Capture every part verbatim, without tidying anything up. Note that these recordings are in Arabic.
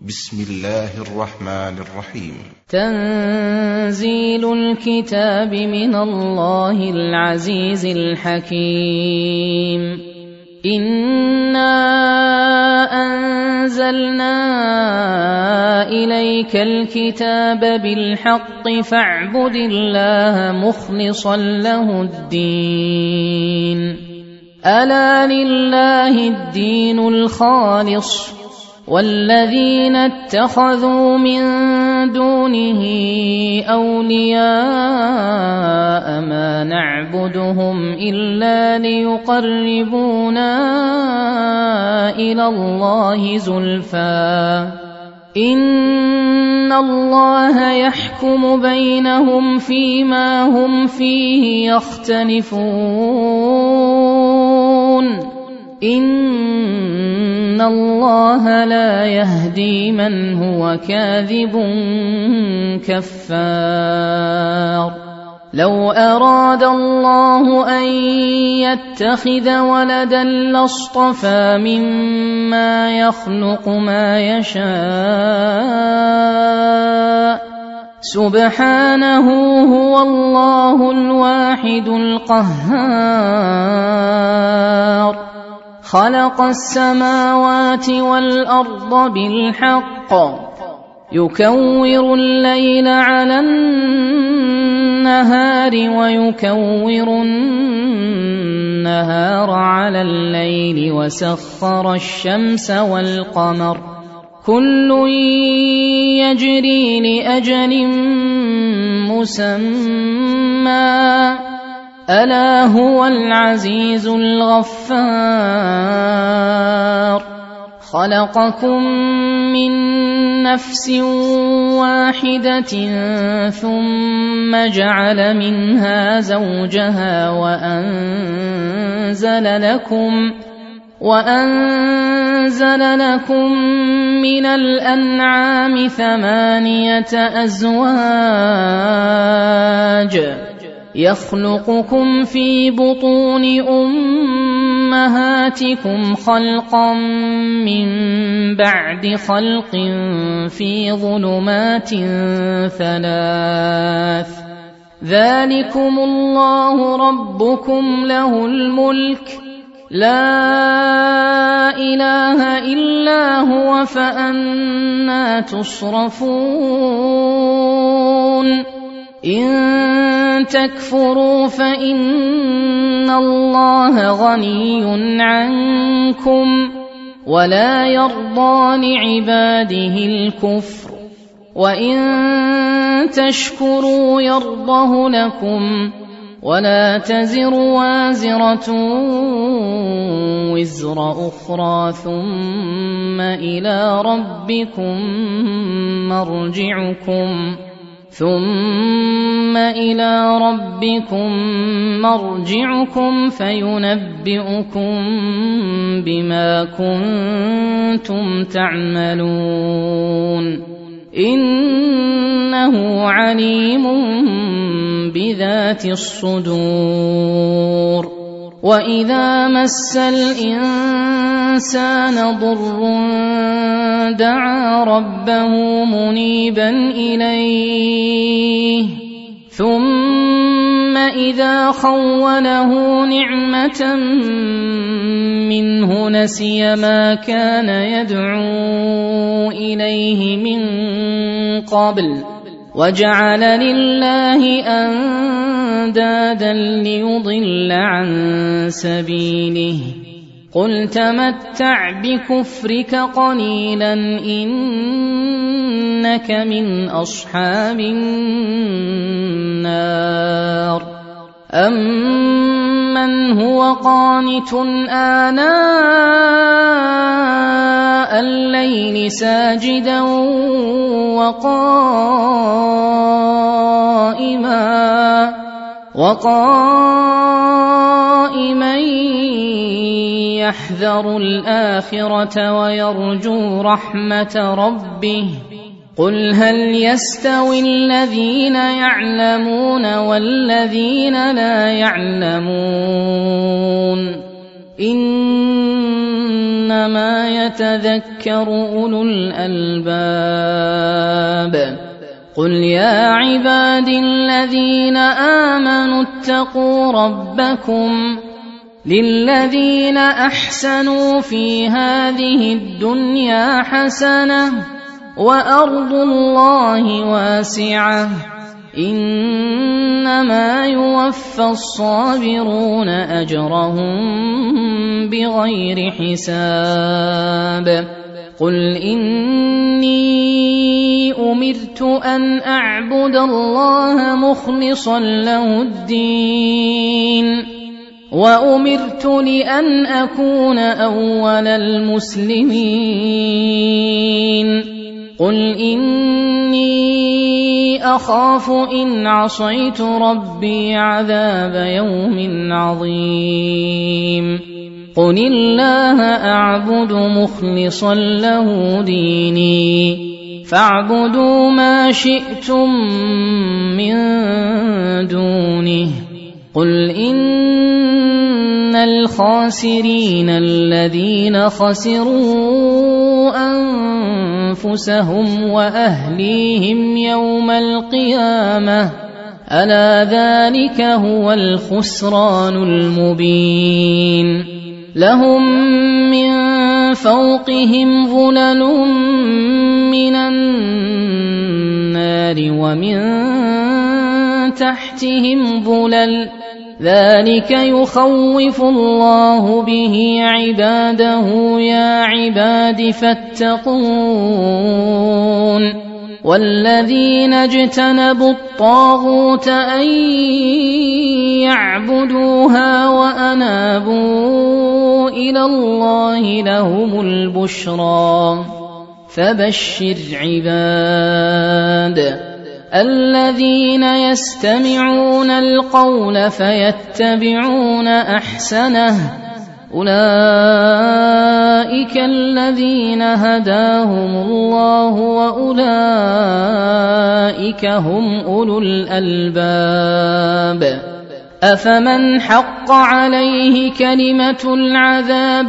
بسم الله الرحمن الرحيم. تنزيل الكتاب من الله العزيز الحكيم. إنا أنزلنا إليك الكتاب بالحق فاعبد الله مخلصا له الدين. ألا لله الدين الخالص والذين اتخذوا من دونه أولياء ما نعبدهم إلا ليقربونا إلى الله زلفى إن الله يحكم بينهم فيما هم فيه يختلفون إن الله لا يهدي من هو كاذب كفار. لو أراد الله أن يتخذ ولدا لاصطفى مما يخلق ما يشاء سبحانه هو الله الواحد القهار. خلق السماوات والأرض بالحق يكور الليل على النهار ويكور النهار على الليل وسخر الشمس والقمر كل يجري لأجل مسمى ألا هو العزيز الغفار. خلقكم من نفس واحدة ثم جعل منها زوجها وأنزل لكم وأنزل لكم من الأنعام ثمانية أزواج يخلقكم في بطون أمهاتكم خلقا من بعد خلق في ظلمات ثلاث ذلكم الله ربكم له الملك لا إله إلا هو فأنى تصرفون. إن تكفروا فإن الله غني عنكم ولا يرضى لعباده الكفر وإن تشكروا يرضه لكم ولا تزر وازرة وزر أخرى ثم إلى ربكم مرجعكم ثم إلى ربكم مرجعكم فينبئكم بما كنتم تعملون إنه عليم بذات الصدور. وإذا مس الإنسان ضر دعا ربه منيبا إليه ثم إذا خوله نعمة منه نسي ما كان يدعو إليه من قبل وجعل لله أندادا ليضل عن سبيله قل تمتع بكفرك قليلا إنك من أصحاب النار. أمن هو قانت آناء الليل ساجدا وقائما وقائما يحذر الآخرة ويرجو رحمة ربه قل هل يستوي الذين يعلمون والذين لا يعلمون إنا إنما يتذكر أولو الألباب قل يا عبادي الذين آمنوا اتقوا ربكم للذين أحسنوا في هذه الدنيا حسنة وأرض الله واسعة إنما يوفى الصابرون أجرهم بغير حساب قل إني أمرت أن أعبد الله مخلصا له الدين وأمرت لأن أكون أول المسلمين قل إني أخاف إن عصيت ربي عذاب يوم عظيم قل الله أعبد مخلصا له ديني فاعبدوا ما شئتم من دونه قل إن الخاسرين الذين خسروا أنفسهم وأهليهم يوم القيامة ألا ذلك هو الخسران المبين لهم من فوقهم ظلل من النار ومن تحتهم ظلل ذلك يخوف الله به عباده يا عباد فاتقون والذين اجتنبوا الطاغوت أن يعبدوها وأنابوا إلى الله لهم البشرى فبشر عباد الذين يستمعون القول فيتبعون أحسنه أولئك الذين هداهم الله وأولئك هم أولو الألباب أفمن حق عليه كلمة العذاب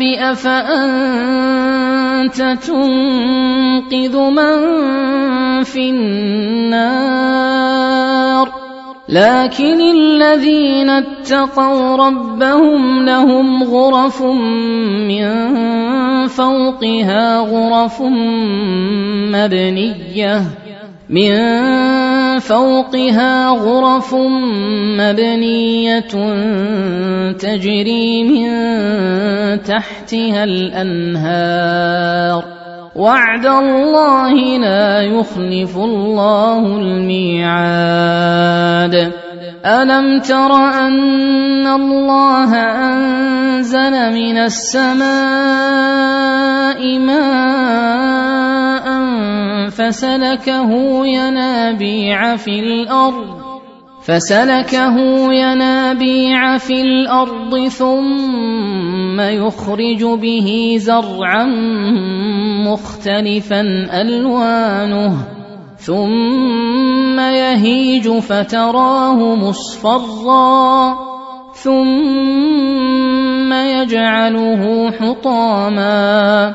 أفأنت تنقذ من في النار لكن الذين اتقوا ربهم لهم غرف من فوقها غرف مبنية من فوقها غرف مبنية تجري من تحتها الأنهار وعد الله لا يخلف الله الميعاد ألم تر أن الله أنزل من السماء ماء فسلكه ينابيع في الأرض فسلكه ينابيع في الأرض ثم يخرج به زرعا مختلفا ألوانه ثم يهيج فتراه مصفرا ثم يجعله حطاما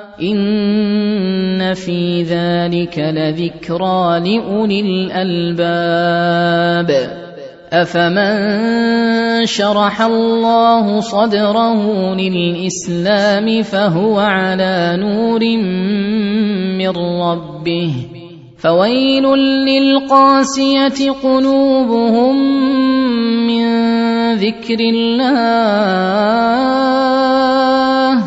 إن في ذلك لذكرى لأولي الألباب أفمن شرح الله صدره للإسلام فهو على نور من ربه فويل للقاسية قلوبهم من ذكر الله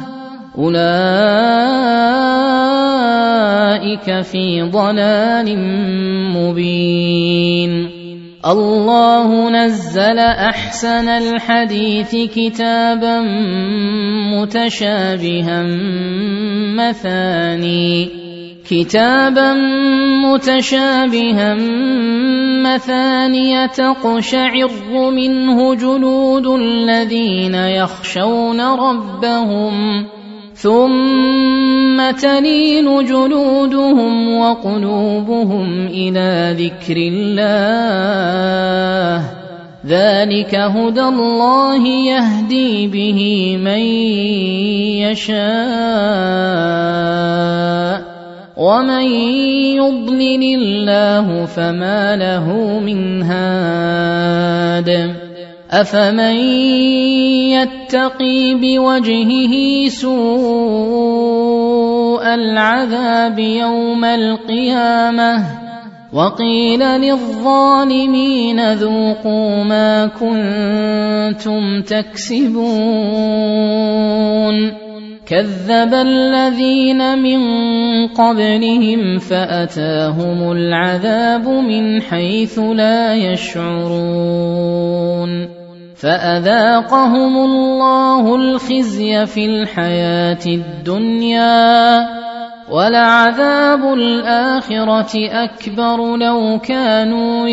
أولئك في ضلال مبين الله نزل أحسن الحديث كتابا متشابها مثاني كتابا متشابها مثانية تقشعر منه جلود الذين يخشون ربهم ثم تلين جلودهم وقلوبهم إلى ذكر الله ذلك هدى الله يهدي به من يشاء ومن يضلل الله فما له من هاد أفمن يتقي بوجهه سوء العذاب يوم القيامة وقيل للظالمين ذوقوا ما كنتم تكسبون كذب الذين من قبلهم فأتاهم العذاب من حيث لا يشعرون فأذاقهم الله الخزي في الحياة الدنيا ولعذاب الآخرة أكبر لو كانوا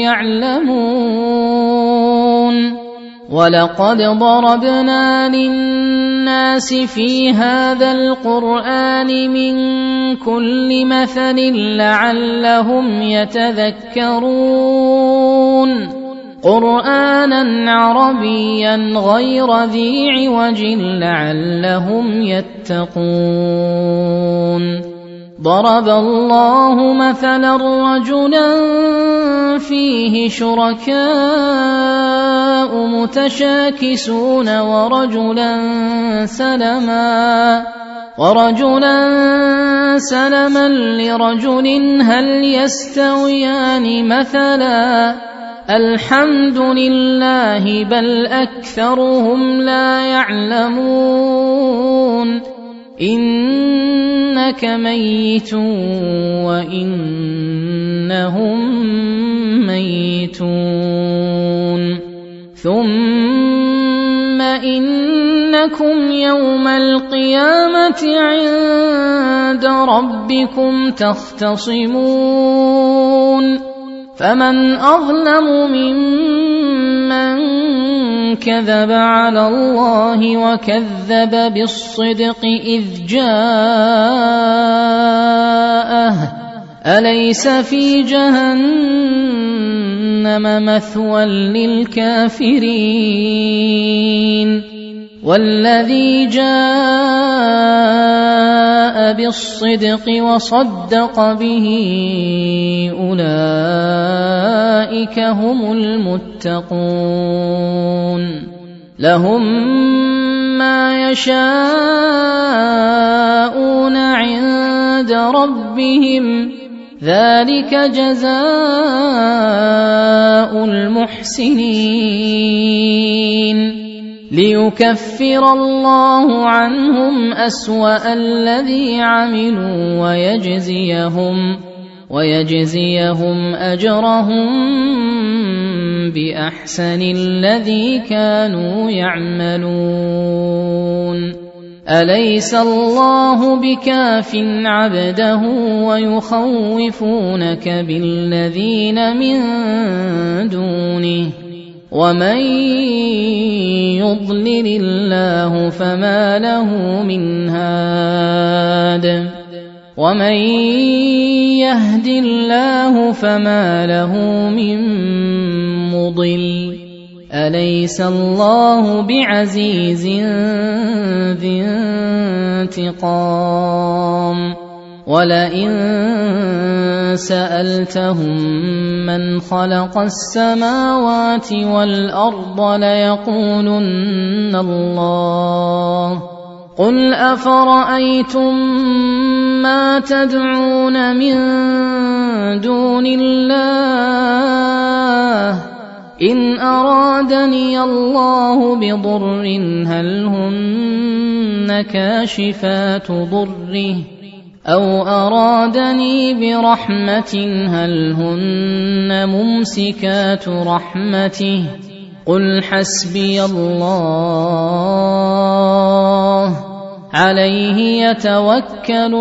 يعلمون ولقد ضربنا للناس في هذا القرآن من كل مثل لعلهم يتذكرون قرآنا عربيا غير ذي عوج لعلهم يتقون ضرب الله مثلا رجلا فيه شركاء متشاكسون ورجلا سلما ورجلا سلما لرجل هل يستويان مثلا الحمد لله بل أكثرهم لا يعلمون إنك ميت وإنهم ميتون ثم إنكم يوم القيامة عند ربكم تختصمون فمن أظلم ممن كذب على الله وكذب بالصدق إذ جاءه أليس في جهنم مثوى للكافرين والذي جاء بالصدق وصدق به أولئك هم المتقون لهم ما يشاءون عند ربهم ذلك جزاء المحسنين ليكفر الله عنهم أسوأ الذي عملوا ويجزيهم ويجزيهم أجرهم بأحسن الذي كانوا يعملون أليس الله بكاف عبده ويخوفونك بالذين من دونه ومن يضلل الله فما له من هاد ومن يهد الله فما له من مضل أليس الله بعزيز ذي انتقام ولئن سألتهم من خلق السماوات والأرض ليقولن الله قل أفرأيتم ما تدعون من دون الله إن أرادني الله بضر هل هن كاشفات ضره أو أرادني برحمة هل هن ممسكات رحمته قل حسبي الله عليه يتوكل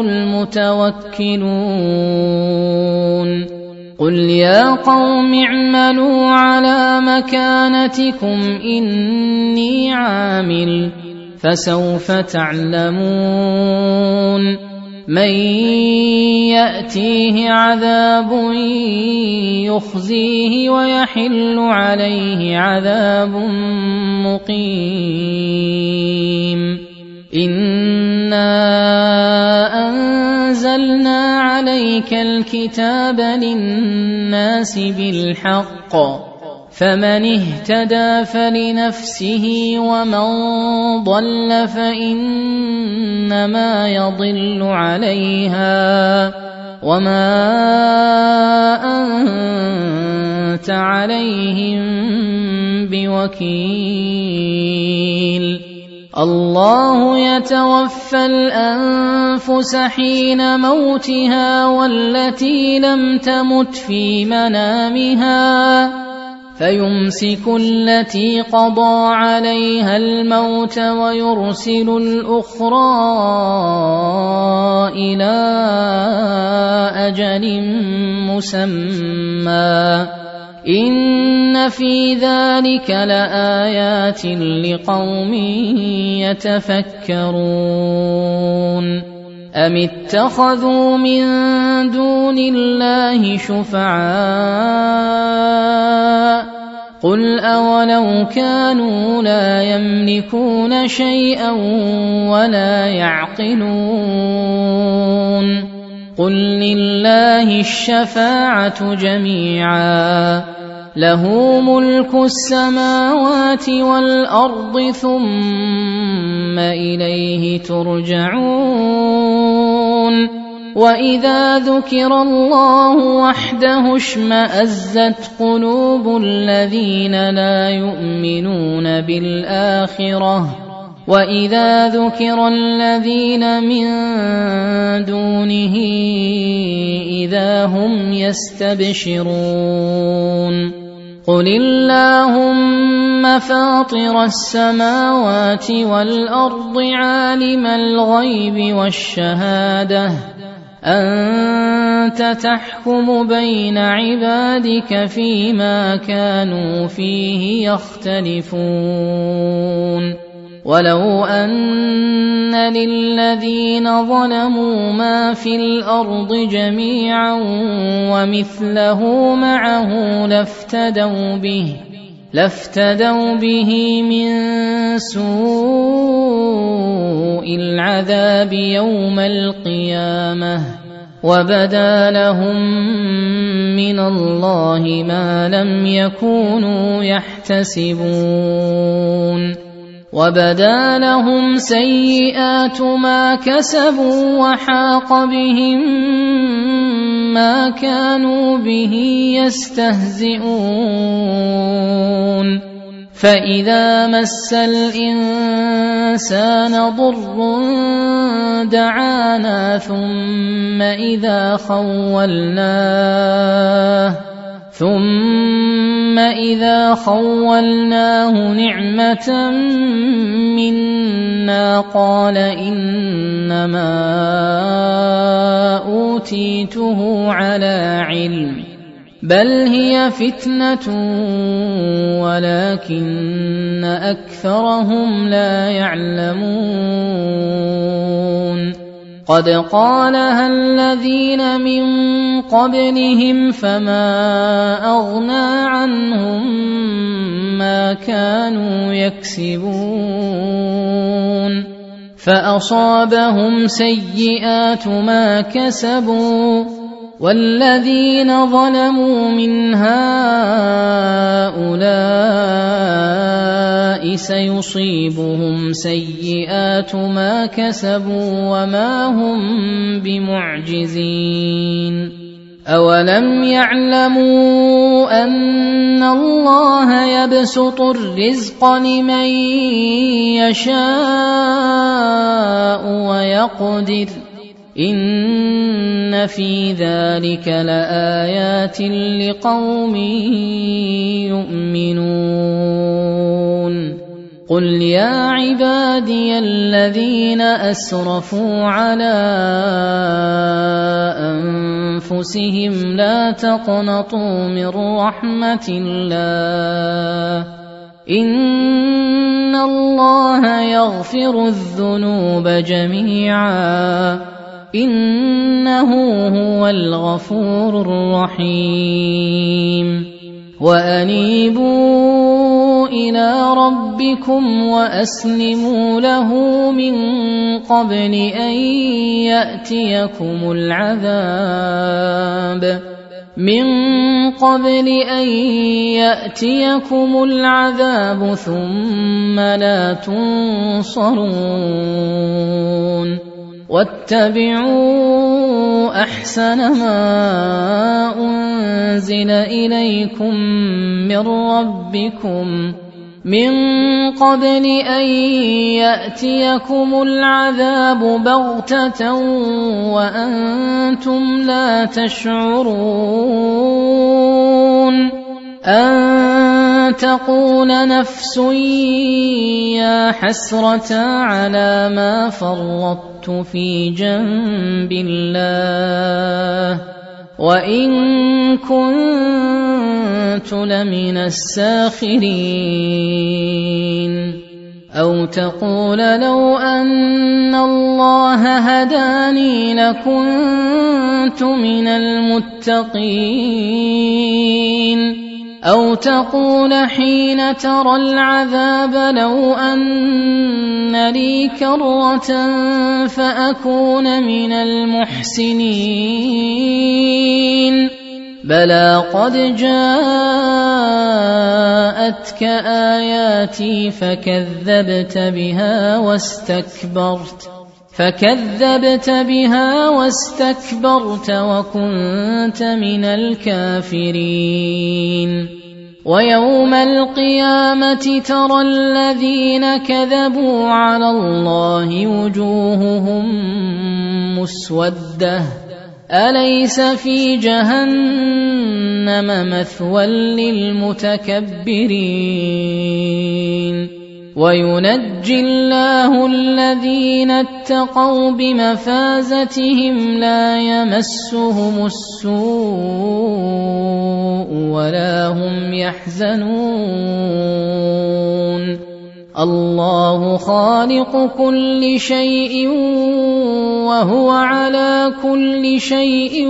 المتوكلون قل يا قوم اعملوا على مكانتكم إني عامل فسوف تعلمون من يأتيه عذاب يخزيه ويحل عليه عذاب مقيم إنا أنزلنا عليك الكتاب للناس بالحق فمن اهتدى فلنفسه ومن ضل فإنما يضل عليها وما أنت عليهم بوكيل الله يتوفى الأنفس حين موتها والتي لم تمت في منامها فيمسك التي قضى عليها الموت ويرسل الأخرى إلى أجل مسمى إن في ذلك لآيات لقوم يتفكرون أم اتخذوا من دون الله شفعاء قل أولو كانوا لا يملكون شيئا ولا يعقلون قل لله الشفاعة جميعا له ملك السماوات والأرض ثم إليه ترجعون وإذا ذكر الله وحده اشمأزت قلوب الذين لا يؤمنون بالآخرة وإذا ذكر الذين من دونه إذا هم يستبشرون قل اللهم فاطر السماوات والأرض عالم الغيب والشهادة أنت تحكم بين عبادك فيما كانوا فيه يختلفون ولو أن للذين ظلموا ما في الأرض جميعا ومثله معه لافتدوا به لافتدوا به من سوء العذاب يوم القيامة وبدا لهم من الله ما لم يكونوا يحتسبون وبدا لهم سيئات ما كسبوا وحاق بهم ما كانوا به يستهزئون فإذا مس الإنسان ضر دعانا ثم إذا خولناه ثم إذا خولناه نعمة منا قال إنما أوتيته على علم بل هي فتنة ولكن أكثرهم لا يعلمون قد قالها الذين من قبلهم فما أغنى عنهم ما كانوا يكسبون فأصابهم سيئات ما كسبوا والذين ظلموا من هؤلاء سيصيبهم سيئات ما كسبوا وما هم بمعجزين أولم يعلموا أن الله يبسط الرزق لمن يشاء ويقدر إن في ذلك لآيات لقوم يؤمنون قل يا عبادي الذين أسرفوا على أنفسهم لا تقنطوا من رحمة الله إن الله يغفر الذنوب جميعا إنه هو الغفور الرحيم وأنيبوا إلى ربكم وأسلموا له من قبل أن يأتيكم العذاب من قبل أن يأتيكم العذاب ثم لا تنصرون واتبعوا أحسن ما أنزل إليكم من ربكم من قبل أن يأتيكم العذاب بغتة وأنتم لا تشعرون أن تقول نفس يا حسرة على ما فرطت في جنب الله وإن كنت لمن الساخرين أو تقول لو أن الله هداني لكنت من المتقين أو تقول حين ترى العذاب لو أن لي كرة فأكون من المحسنين بلى قد جاءتك آياتي فكذبت بها واستكبرت فكذبت بها واستكبرت وكنت من الكافرين ويوم القيامة ترى الذين كذبوا على الله وجوههم مسودة أليس في جهنم مثوى للمتكبرين وينجي الله الذين اتقوا بمفازتهم لا يمسهم السوء ولا هم يحزنون الله خالق كل شيء وهو على كل شيء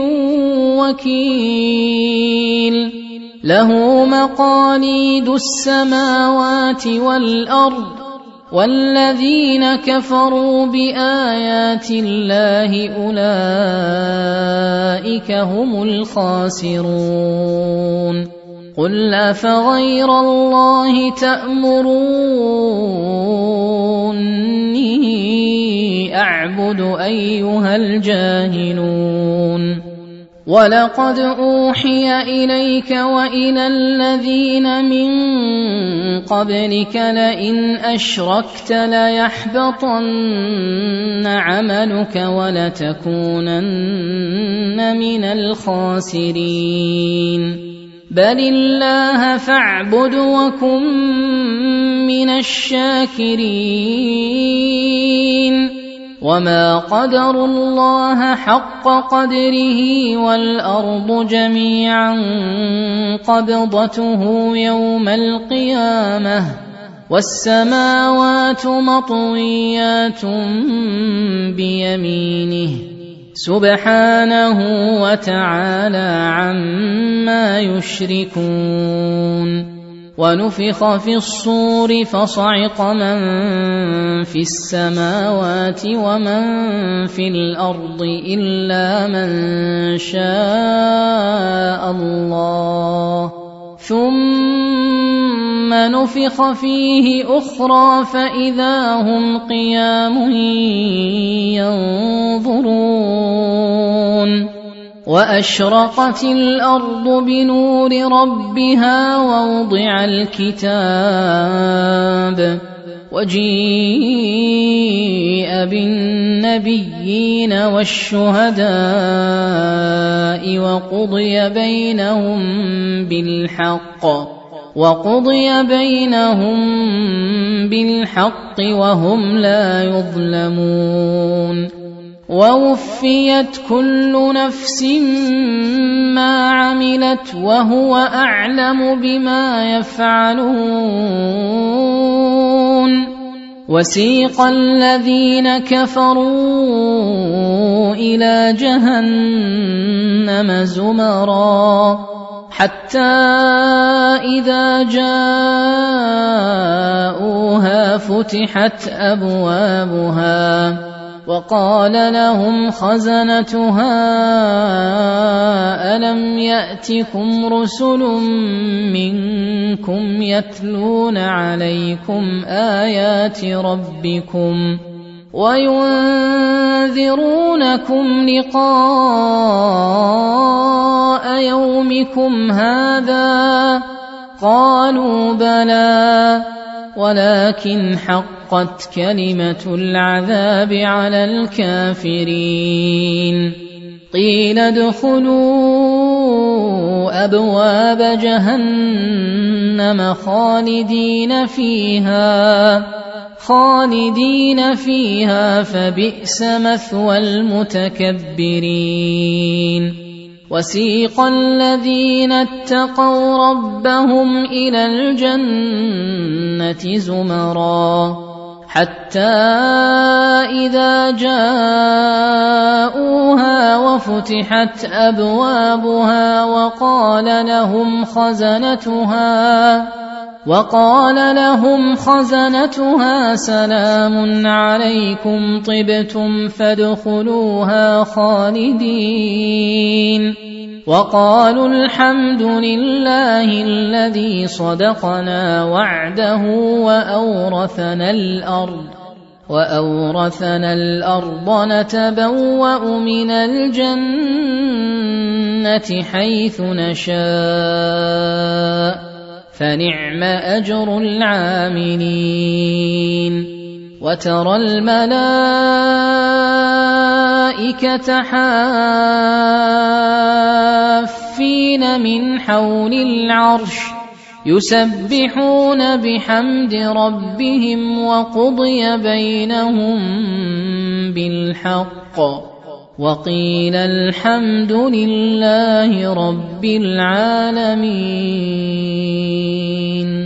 وكيل له مقاليد السماوات والأرض والذين كفروا بآيات الله أولئك هم الخاسرون قل أفغير الله تأمروني أعبد أيها الجاهلون ولقد أوحي إليك وإلى الذين من قبلك لئن أشركت ليحبطن عملك ولتكونن من الخاسرين بل الله فاعبد وكن من الشاكرين وما قدروا الله حق قدره والأرض جميعا قبضته يوم القيامة والسماوات مطويات بيمينه سبحانه وتعالى عما يشركون ونفخ في الصور فصعق من في السماوات ومن في الأرض إلا من شاء الله ثم نفخ فيه أخرى فإذا هم قيام ينظرون وأشرقت الأرض بنور ربها ووضع الكتاب وجيء بالنبيين والشهداء وقضي بينهم بالحق وقضي بينهم بالحق وهم لا يظلمون ووفيت كل نفس ما عملت وهو أعلم بما يفعلون وسيق الذين كفروا إلى جهنم زمرا حتى إذا جاءوها فتحت أبوابها وقال لهم خزنتها ألم يأتكم رسل منكم يتلون عليكم آيات ربكم وينذرونكم لقاء يومكم هذا قالوا بلى ولكن حقت كلمة العذاب على الكافرين قيل ادخلوا أبواب جهنم خالدين فيها خالدين فيها فبئس مثوى المتكبرين وسيق الذين اتقوا ربهم إلى الجنة زمرا حتى إذا جاءوها وفتحت أبوابها وقال لهم خزنتها وقال لهم خزنتها سلام عليكم طبتم فادخلوها خالدين وقالوا الحمد لله الذي صدقنا وعده وأورثنا الأرض وأورثنا الأرض نتبوأ من الجنة حيث نشاء فنعم أجر العاملين وترى الملائكة حافين من حول العرش يسبحون بحمد ربهم وقضي بينهم بالحق وقيل الحمد لله رب العالمين.